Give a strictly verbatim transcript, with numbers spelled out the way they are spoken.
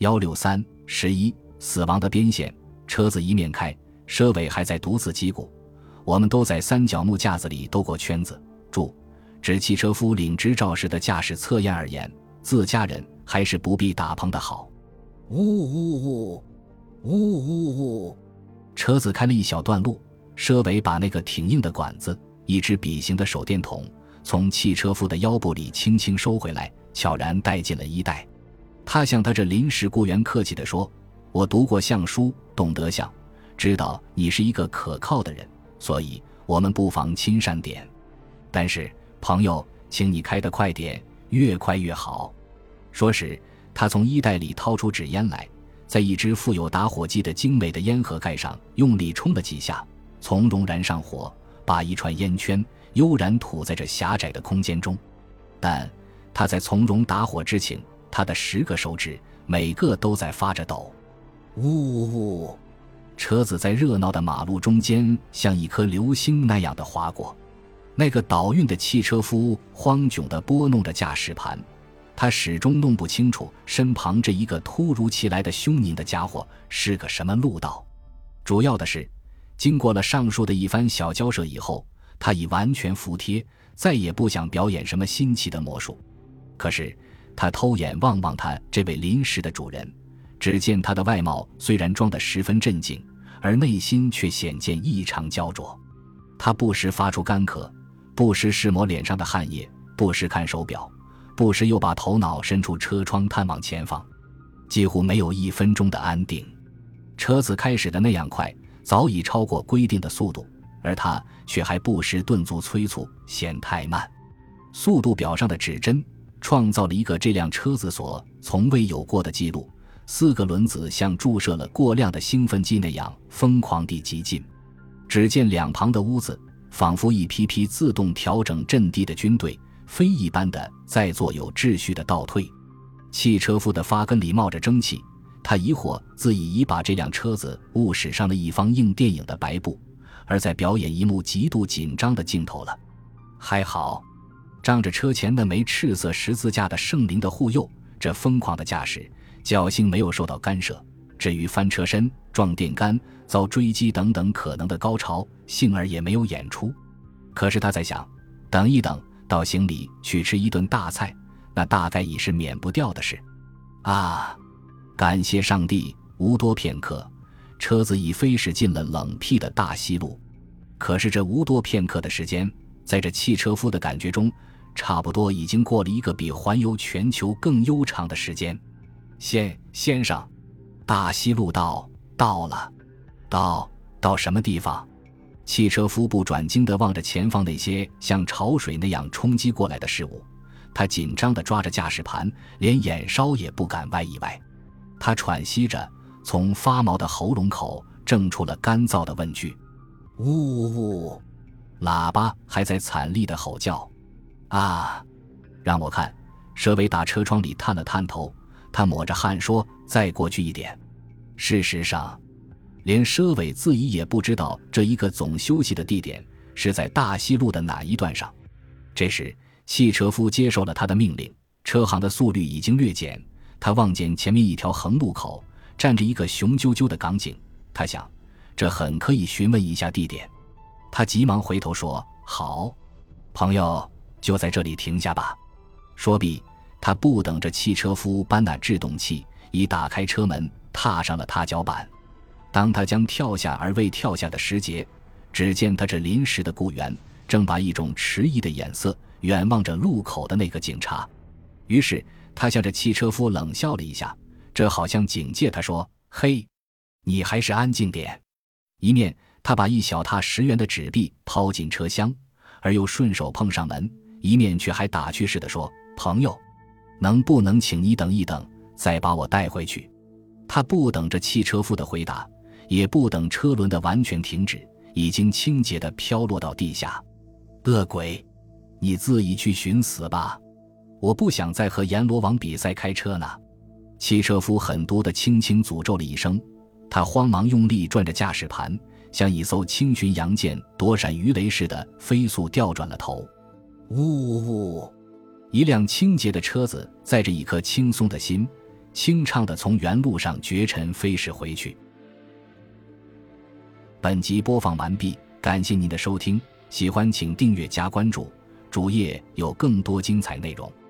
一六三十一死亡的边线。车子一面开，佘伟还在独自击鼓。我们都在三角木架子里兜过圈子。注：指汽车夫领执照时的驾驶测验而言，自家人还是不必打棚的好。呜呜呜呜呜呜！车子开了一小段路，佘伟把那个挺硬的管子，一只笔形的手电筒，从汽车夫的腰部里轻轻收回来，悄然带进了衣袋。他向他这临时雇员客气地说：我读过相书，懂得相，知道你是一个可靠的人，所以我们不妨亲善点。但是朋友，请你开得快点，越快越好。说时，他从衣袋里掏出纸烟来，在一只附有打火机的精美的烟盒盖上用力冲了几下，从容燃上火，把一串烟圈悠然吐在这狭窄的空间中。但他在从容打火之前，他的十个手指每个都在发着抖。呜呜呜！车子在热闹的马路中间像一颗流星那样的划过。那个倒运的汽车夫慌窘地拨弄着驾驶盘，他始终弄不清楚身旁这一个突如其来的凶狞的家伙是个什么路道。主要的是，经过了上述的一番小交涉以后，他已完全服帖，再也不想表演什么新奇的魔术。可是他偷眼望望他这位临时的主人，只见他的外貌虽然装得十分镇静，而内心却显见异常焦灼。他不时发出干咳，不时拭抹脸上的汗液，不时看手表，不时又把头脑伸出车窗探望前方，几乎没有一分钟的安定。车子开始的那样快，早已超过规定的速度，而他却还不时顿足催促，嫌太慢。速度表上的指针创造了一个这辆车子所从未有过的记录，四个轮子像注射了过量的兴奋剂那样疯狂地急进。只见两旁的屋子仿佛一批批自动调整阵地的军队，飞一般的在做有秩序的倒退。汽车夫的发根里冒着蒸汽，他疑惑自己已把这辆车子误驶上了一方映电影的白布，而在表演一幕极度紧张的镜头了。还好，仗着车前那枚赤色十字架的圣灵的护佑，这疯狂的驾驶侥幸没有受到干涉。至于翻车身、撞电杆、遭追击等等可能的高潮，幸而也没有演出。可是他在想，等一等，到行里去吃一顿大菜，那大概已是免不掉的事啊！感谢上帝，无多片刻，车子已飞驶进了冷僻的大西路。可是这无多片刻的时间，在这汽车夫的感觉中，差不多已经过了一个比环游全球更悠长的时间。先先生，大西路到到了，到到什么地方？汽车夫不转睛地望着前方那些像潮水那样冲击过来的事物，他紧张地抓着驾驶盘，连眼梢也不敢歪一歪。他喘息着，从发毛的喉咙口挣出了干燥的问句：呜呜呜！喇叭还在惨厉地吼叫。啊，让我看。佘伟打车窗里探了探头，他抹着汗说：再过去一点。事实上，连佘伟自己也不知道这一个总休息的地点是在大西路的哪一段上。这时汽车夫接受了他的命令，车行的速率已经略减，他望见前面一条横路口站着一个雄赳赳的港警，他想这很可以询问一下地点。他急忙回头说：好，朋友，就在这里停下吧。说毕，他不等着汽车夫搬那制动器，已打开车门，踏上了踏脚板。当他将跳下而未跳下的时节，只见他这临时的雇员正把一种迟疑的眼色远望着路口的那个警察。于是他向着汽车夫冷笑了一下，这好像警戒他说：嘿，你还是安静点。一面他把一小沓十元的纸币抛进车厢，而又顺手碰上门，一面却还打趣似的说：朋友，能不能请你等一等，再把我带回去？他不等着汽车夫的回答，也不等车轮的完全停止，已经清洁地飘落到地下。恶鬼，你自己去寻死吧，我不想再和阎罗王比赛开车呢。汽车夫狠毒地轻轻诅咒了一声，他慌忙用力转着驾驶盘，像一艘轻巡洋舰躲闪鱼雷似的飞速调转了头。呜呜呜！一辆清洁的车子载着一颗轻松的心， 清畅地从原路上绝尘飞逝回去。本集播放完毕，感谢您的收听，喜欢请订阅加关注，主页有更多精彩内容。